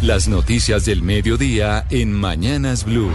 Las noticias del mediodía en Mañanas Blue.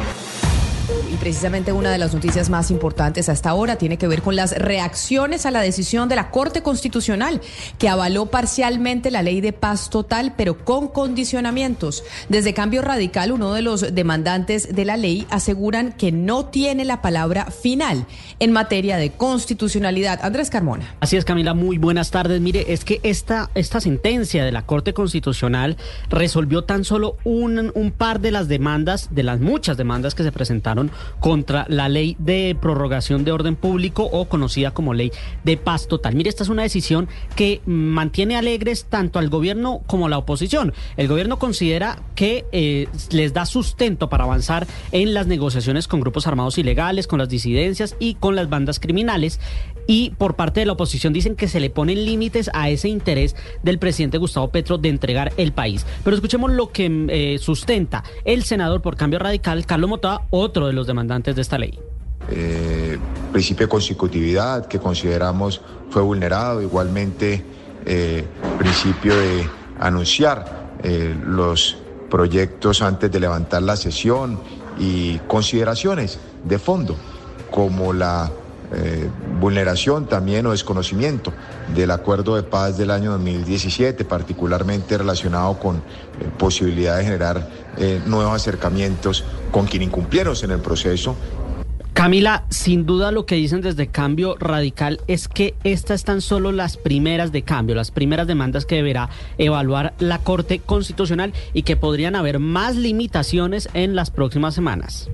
Y precisamente una de las noticias más importantes hasta ahora tiene que ver con las reacciones a la decisión de la Corte Constitucional, que avaló parcialmente la ley de paz total, pero con condicionamientos. Desde Cambio Radical, uno de los demandantes de la ley, aseguran que no tiene la palabra final en materia de constitucionalidad. Andrés Carmona. Así es, Camila, muy buenas tardes. Mire, es que esta sentencia de la Corte Constitucional resolvió tan solo un par de las demandas, de las muchas demandas que se presentaron contra la ley de prorrogación de orden público, o conocida como ley de paz total. Mire, esta es una decisión que mantiene alegres tanto al gobierno como a la oposición. El gobierno considera que les da sustento para avanzar en las negociaciones con grupos armados ilegales, con las disidencias y con las bandas criminales. Y por parte de la oposición dicen que se le ponen límites a ese interés del presidente Gustavo Petro de entregar el país. Pero escuchemos lo que sustenta el senador por Cambio Radical, Carlos Mottoa, otro de los demandantes de esta ley. Principio de consecutividad, que consideramos fue vulnerado. Igualmente, principio de anunciar los proyectos antes de levantar la sesión, y consideraciones de fondo como la vulneración también o desconocimiento del acuerdo de paz del año 2017, particularmente relacionado con posibilidad de generar nuevos acercamientos con quien incumplieron en el proceso. Camila, sin duda lo que dicen desde Cambio Radical es que estas están solo las primeras de cambio, las primeras demandas que deberá evaluar la Corte Constitucional, y que podrían haber más limitaciones en las próximas semanas.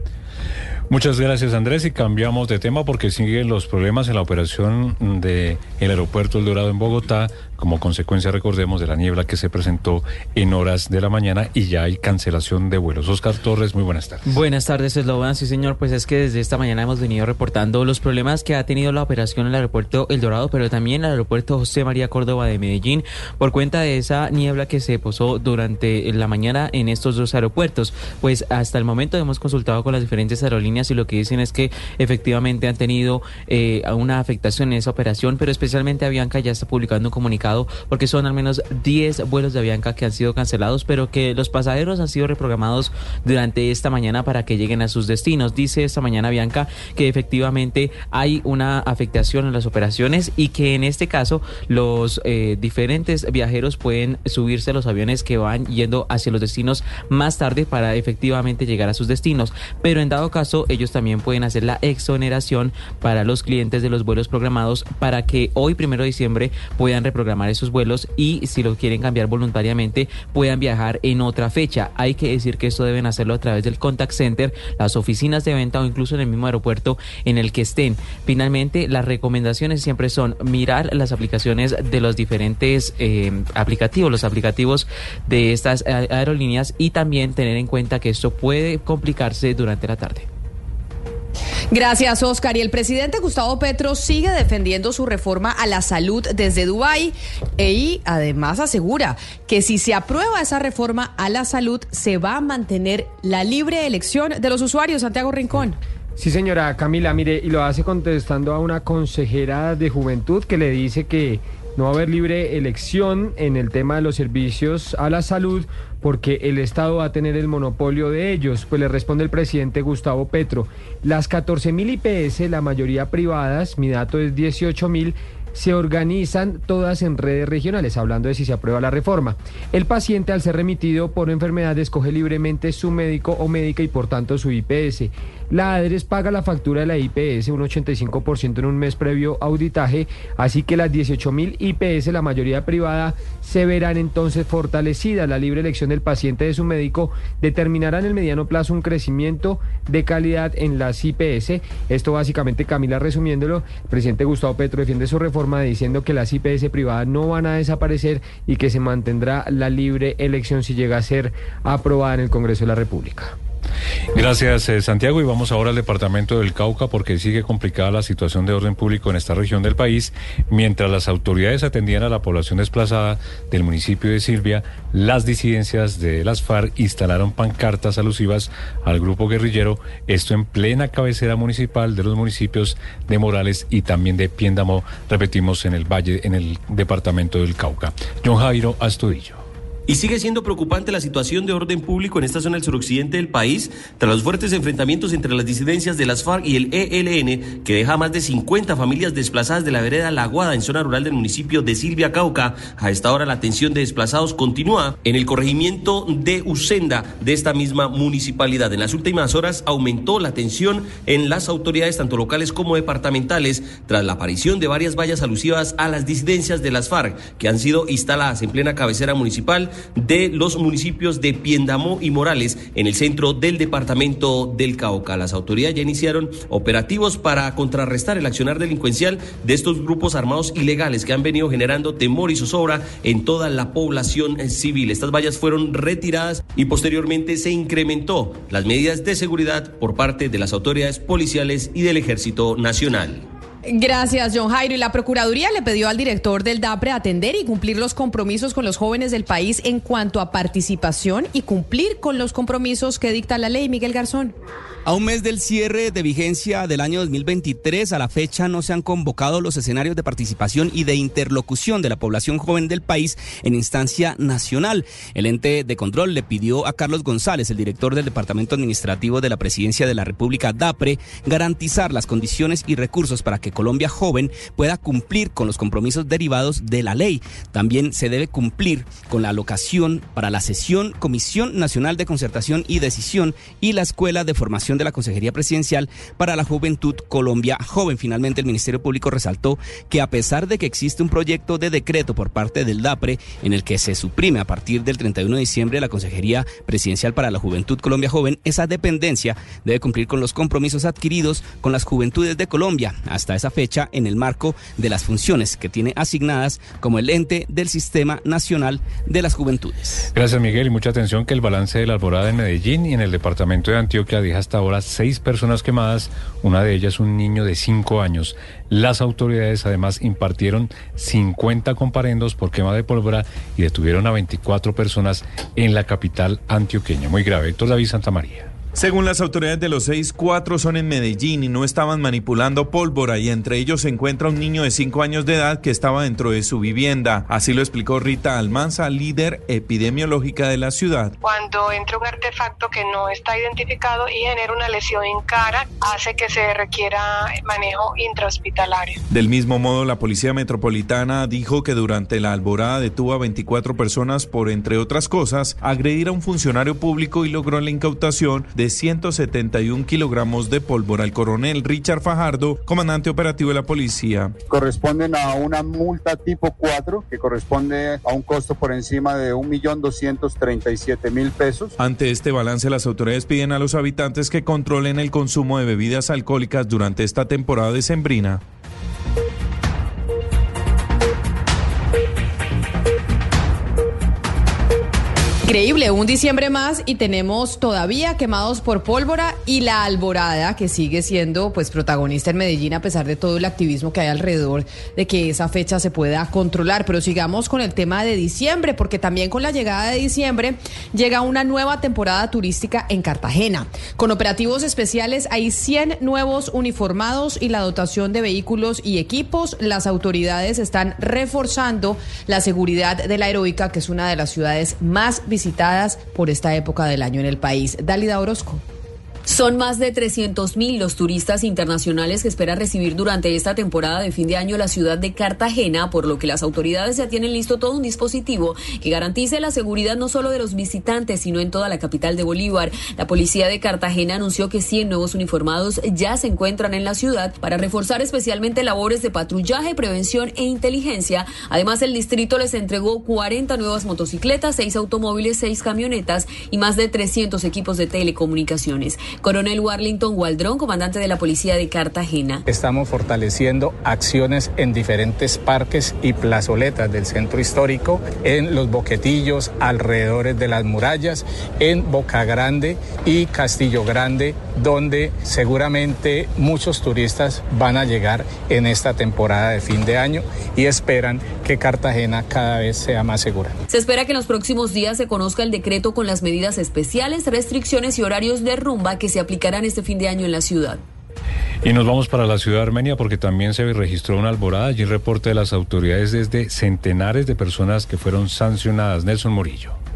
Muchas gracias, Andrés, y cambiamos de tema porque siguen los problemas en la operación del aeropuerto El Dorado en Bogotá, como consecuencia, recordemos, de la niebla que se presentó en horas de la mañana, y ya hay cancelación de vuelos. Oscar Torres, muy buenas tardes. Buenas tardes, Eslovan. Sí, señor, pues es que desde esta mañana hemos venido reportando los problemas que ha tenido la operación en el aeropuerto El Dorado, pero también el aeropuerto José María Córdoba de Medellín, por cuenta de esa niebla que se posó durante la mañana en estos dos aeropuertos. Pues hasta el momento hemos consultado con las diferentes aerolíneas, y lo que dicen es que efectivamente han tenido una afectación en esa operación, pero especialmente Avianca ya está publicando un comunicado, porque son al menos 10 vuelos de Avianca que han sido cancelados, pero que los pasajeros han sido reprogramados durante esta mañana para que lleguen a sus destinos. Dice esta mañana Avianca que efectivamente hay una afectación en las operaciones, y que en este caso los diferentes viajeros pueden subirse a los aviones que van yendo hacia los destinos más tarde para efectivamente llegar a sus destinos, pero en dado caso ellos también pueden hacer la exoneración para los clientes de los vuelos programados, para que hoy, 1 de diciembre, puedan reprogramar esos vuelos, y si lo quieren cambiar voluntariamente puedan viajar en otra fecha. Hay que decir que esto deben hacerlo a través del contact center, las oficinas de venta, o incluso en el mismo aeropuerto en el que estén. Finalmente, las recomendaciones siempre son mirar las aplicaciones de los diferentes aplicativos, los aplicativos de estas aerolíneas, y también tener en cuenta que esto puede complicarse durante la tarde. Gracias, Oscar. Y el presidente Gustavo Petro sigue defendiendo su reforma a la salud desde Dubái, y además asegura que si se aprueba esa reforma a la salud, se va a mantener la libre elección de los usuarios. Santiago Rincón. Sí, señora Camila, mire, y lo hace contestando a una consejera de Juventud que le dice que no va a haber libre elección en el tema de los servicios a la salud, porque el Estado va a tener el monopolio de ellos. Pues le responde el presidente Gustavo Petro: las 14.000 IPS, la mayoría privadas, mi dato es 18.000, se organizan todas en redes regionales, hablando de si se aprueba la reforma. El paciente, al ser remitido por enfermedad, escoge libremente su médico o médica y por tanto su IPS. La ADRES paga la factura de la IPS, un 85% en un mes previo auditaje, así que las 18.000 IPS, la mayoría privada, se verán entonces fortalecidas. La libre elección del paciente de su médico determinará en el mediano plazo un crecimiento de calidad en las IPS. Esto básicamente, Camila, resumiéndolo, el presidente Gustavo Petro defiende su reforma diciendo que las IPS privadas no van a desaparecer y que se mantendrá la libre elección si llega a ser aprobada en el Congreso de la República. Gracias, Santiago, y vamos ahora al departamento del Cauca, porque sigue complicada la situación de orden público en esta región del país. Mientras las autoridades atendían a la población desplazada del municipio de Silvia, las disidencias de las FARC instalaron pancartas alusivas al grupo guerrillero, esto en plena cabecera municipal de los municipios de Morales y también de Piéndamo, repetimos, en el valle, en el departamento del Cauca. John Jairo Astudillo. Y sigue siendo preocupante la situación de orden público en esta zona del suroccidente del país, tras los fuertes enfrentamientos entre las disidencias de las FARC y el ELN, que deja más de 50 familias desplazadas de la vereda La Aguada en zona rural del municipio de Silvia, Cauca. A esta hora la atención de desplazados continúa en el corregimiento de Usenda de esta misma municipalidad. En las últimas horas aumentó la tensión en las autoridades tanto locales como departamentales tras la aparición de varias vallas alusivas a las disidencias de las FARC que han sido instaladas en plena cabecera municipal de los municipios de Piendamó y Morales en el centro del departamento del Cauca. Las autoridades ya iniciaron operativos para contrarrestar el accionar delincuencial de estos grupos armados ilegales que han venido generando temor y zozobra en toda la población civil. Estas vallas fueron retiradas y posteriormente se incrementó las medidas de seguridad por parte de las autoridades policiales y del Ejército Nacional. Gracias, John Jairo. Y la Procuraduría le pidió al director del DAPRE atender y cumplir los compromisos con los jóvenes del país en cuanto a participación y cumplir con los compromisos que dicta la ley. Miguel Garzón. A un mes del cierre de vigencia del año 2023, a la fecha no se han convocado los escenarios de participación y de interlocución de la población joven del país en instancia nacional. El ente de control le pidió a Carlos González, el director del Departamento Administrativo de la Presidencia de la República, DAPRE, garantizar las condiciones y recursos para que Colombia Joven pueda cumplir con los compromisos derivados de la ley. También se debe cumplir con la alocación para la sesión Comisión Nacional de Concertación y Decisión y la Escuela de Formación de la Consejería Presidencial para la Juventud Colombia Joven. Finalmente, el Ministerio Público resaltó que a pesar de que existe un proyecto de decreto por parte del DAPRE en el que se suprime a partir del 31 de diciembre la Consejería Presidencial para la Juventud Colombia Joven, esa dependencia debe cumplir con los compromisos adquiridos con las juventudes de Colombia hasta esa fecha en el marco de las funciones que tiene asignadas como el ente del Sistema Nacional de las Juventudes. Gracias, Miguel, y mucha atención que el balance de la alborada en Medellín y en el departamento de Antioquia deja hasta ahora 6 personas quemadas, una de ellas un niño de 5 años. Las autoridades además impartieron 50 comparendos por quema de pólvora y detuvieron a 24 personas en la capital antioqueña. Muy grave. Héctor David Santamaría. Según las autoridades de los 6, 4 son en Medellín y no estaban manipulando pólvora, y entre ellos se encuentra un niño de 5 años de edad que estaba dentro de su vivienda. Así lo explicó Rita Almanza, líder epidemiológica de la ciudad. Cuando entra un artefacto que no está identificado y genera una lesión en cara, hace que se requiera manejo intrahospitalario. Del mismo modo, la Policía Metropolitana dijo que durante la alborada detuvo a 24 personas por, entre otras cosas, agredir a un funcionario público y logró la incautación de 171 kilogramos de pólvora. El coronel Richard Fajardo, comandante operativo de la policía. Corresponden a una multa tipo 4 que corresponde a un costo por encima de 1.237.000 pesos. Ante este balance, las autoridades piden a los habitantes que controlen el consumo de bebidas alcohólicas durante esta temporada decembrina. Increíble, un diciembre más y tenemos todavía quemados por pólvora y la alborada que sigue siendo pues protagonista en Medellín a pesar de todo el activismo que hay alrededor de que esa fecha se pueda controlar. Pero sigamos con el tema de diciembre, porque también con la llegada de diciembre llega una nueva temporada turística en Cartagena. Con operativos especiales hay 100 nuevos uniformados y la dotación de vehículos y equipos. Las autoridades están reforzando la seguridad de la Heroica, que es una de las ciudades más visitadas por esta época del año en el país. Dálida Orozco. Son más de 300.000 los turistas internacionales que espera recibir durante esta temporada de fin de año la ciudad de Cartagena, por lo que las autoridades ya tienen listo todo un dispositivo que garantice la seguridad no solo de los visitantes, sino en toda la capital de Bolívar. La policía de Cartagena anunció que 100 nuevos uniformados ya se encuentran en la ciudad para reforzar especialmente labores de patrullaje, prevención e inteligencia. Además, el distrito les entregó 40 nuevas motocicletas, 6 automóviles, 6 camionetas y más de 300 equipos de telecomunicaciones. Coronel Warlington Waldrón, comandante de la Policía de Cartagena. Estamos fortaleciendo acciones en diferentes parques y plazoletas del centro histórico, en los boquetillos, alrededores de las murallas, en Boca Grande y Castillo Grande, donde seguramente muchos turistas van a llegar en esta temporada de fin de año y esperan que Cartagena cada vez sea más segura. Se espera que en los próximos días se conozca el decreto con las medidas especiales, restricciones y horarios de rumba que se aplicarán este fin de año en la ciudad. Y nos vamos para la ciudad de Armenia porque también se registró una alborada. Allí reporte de las autoridades desde centenares de personas que fueron sancionadas. Nelson Murillo.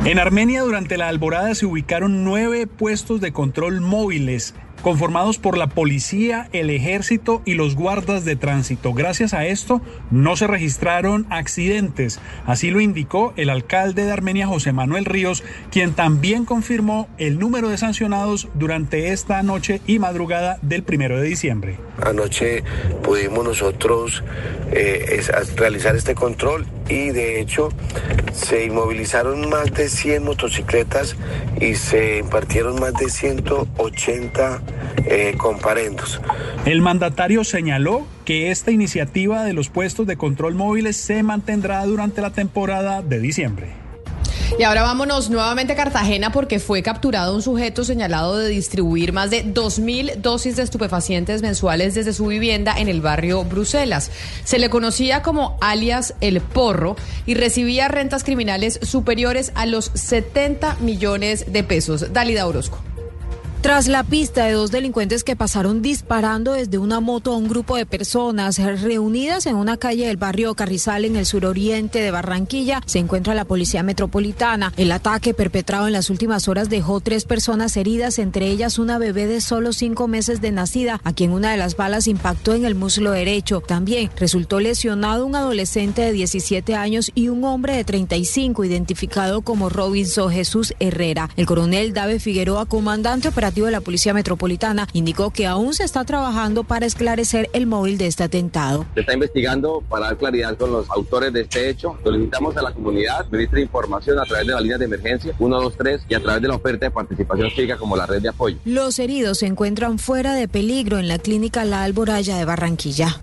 En Armenia, durante la alborada se ubicaron 9 puestos de control móviles conformados por la policía, el ejército y los guardas de tránsito. Gracias a esto no se registraron accidentes. Así lo indicó el alcalde de Armenia, José Manuel Ríos, quien también confirmó el número de sancionados durante esta noche y madrugada del 1 de diciembre. Anoche pudimos nosotros realizar este control y de hecho se inmovilizaron más de 100 motocicletas y se impartieron más de 180 comparendos. El mandatario señaló que esta iniciativa de los puestos de control móviles se mantendrá durante la temporada de diciembre. Y ahora vámonos nuevamente a Cartagena porque fue capturado un sujeto señalado de distribuir más de 2.000 dosis de estupefacientes mensuales desde su vivienda en el barrio Bruselas. Se le conocía como alias El Porro y recibía rentas criminales superiores a los 70 millones de pesos. Dalida Orozco. Tras la pista de 2 delincuentes que pasaron disparando desde una moto a un grupo de personas reunidas en una calle del barrio Carrizal en el suroriente de Barranquilla, se encuentra la Policía Metropolitana. El ataque perpetrado en las últimas horas dejó 3 personas heridas, entre ellas una bebé de solo 5 meses de nacida, a quien una de las balas impactó en el muslo derecho. También resultó lesionado un adolescente de 17 años y un hombre de 35, identificado como Robinson Jesús Herrera. El coronel Dave Figueroa, comandante operativo de la Policía Metropolitana, indicó que aún se está trabajando para esclarecer el móvil de este atentado. Se está investigando para dar claridad con los autores de este hecho. Solicitamos a la comunidad ministre información a través de la línea de emergencia 123 y a través de la oferta de participación cívica como la red de apoyo. Los heridos se encuentran fuera de peligro en la clínica La Alboraya de Barranquilla.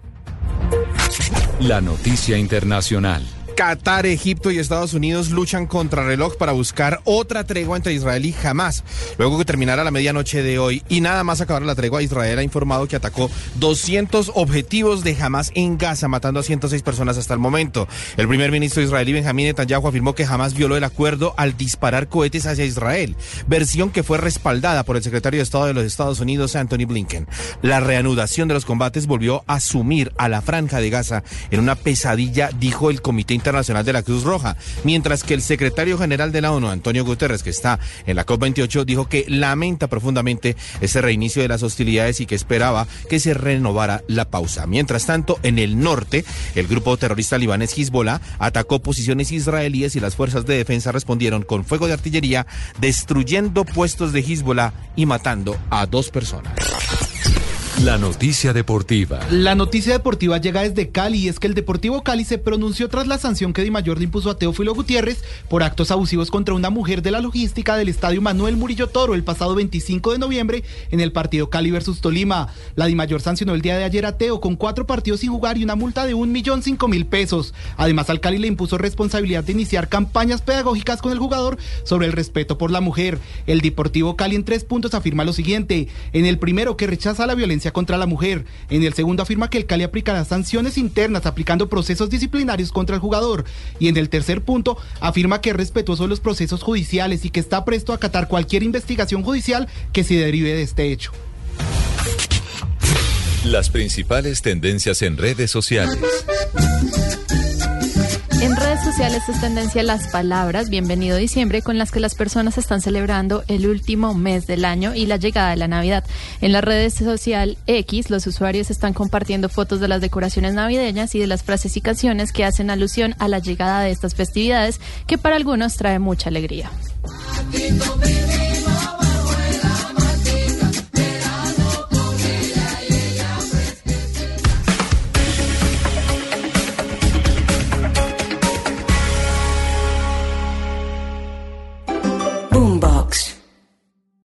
La noticia internacional. Qatar, Egipto y Estados Unidos luchan contrarreloj para buscar otra tregua entre Israel y Hamás. Luego que terminara la medianoche de hoy y nada más acabar la tregua, Israel ha informado que atacó 200 objetivos de Hamás en Gaza, matando a 106 personas hasta el momento. El primer ministro israelí Benjamín Netanyahu afirmó que Hamás violó el acuerdo al disparar cohetes hacia Israel, versión que fue respaldada por el secretario de Estado de los Estados Unidos, Anthony Blinken. La reanudación de los combates volvió a sumir a la franja de Gaza en una pesadilla, dijo el Comité Internacional de la Cruz Roja, mientras que el secretario general de la ONU, Antonio Guterres, que está en la COP28, dijo que lamenta profundamente ese reinicio de las hostilidades y que esperaba que se renovara la pausa. Mientras tanto, en el norte, el grupo terrorista libanés Hezbollah atacó posiciones israelíes y las fuerzas de defensa respondieron con fuego de artillería, destruyendo puestos de Hezbollah y matando a 2 personas. La noticia deportiva. La noticia deportiva llega desde Cali y es que el Deportivo Cali se pronunció tras la sanción que Dimayor le impuso a Teófilo Gutiérrez por actos abusivos contra una mujer de la logística del estadio Manuel Murillo Toro el pasado 25 de noviembre en el partido Cali versus Tolima. La Dimayor sancionó el día de ayer a Teo con 4 partidos sin jugar y una multa de 1.005.000 pesos. Además, al Cali le impuso responsabilidad de iniciar campañas pedagógicas con el jugador sobre el respeto por la mujer. El Deportivo Cali en 3 puntos afirma lo siguiente: en el primero, que rechaza la violencia contra la mujer; en el segundo, afirma que el Cali aplicará sanciones internas aplicando procesos disciplinarios contra el jugador; y en el tercer punto, afirma que es respetuoso de los procesos judiciales y que está presto a acatar cualquier investigación judicial que se derive de este hecho. Las principales tendencias en redes sociales. En redes sociales es tendencia las palabras "Bienvenido Diciembre", con las que las personas están celebrando el último mes del año y la llegada de la Navidad. En la red social X, los usuarios están compartiendo fotos de las decoraciones navideñas y de las frases y canciones que hacen alusión a la llegada de estas festividades, que para algunos trae mucha alegría.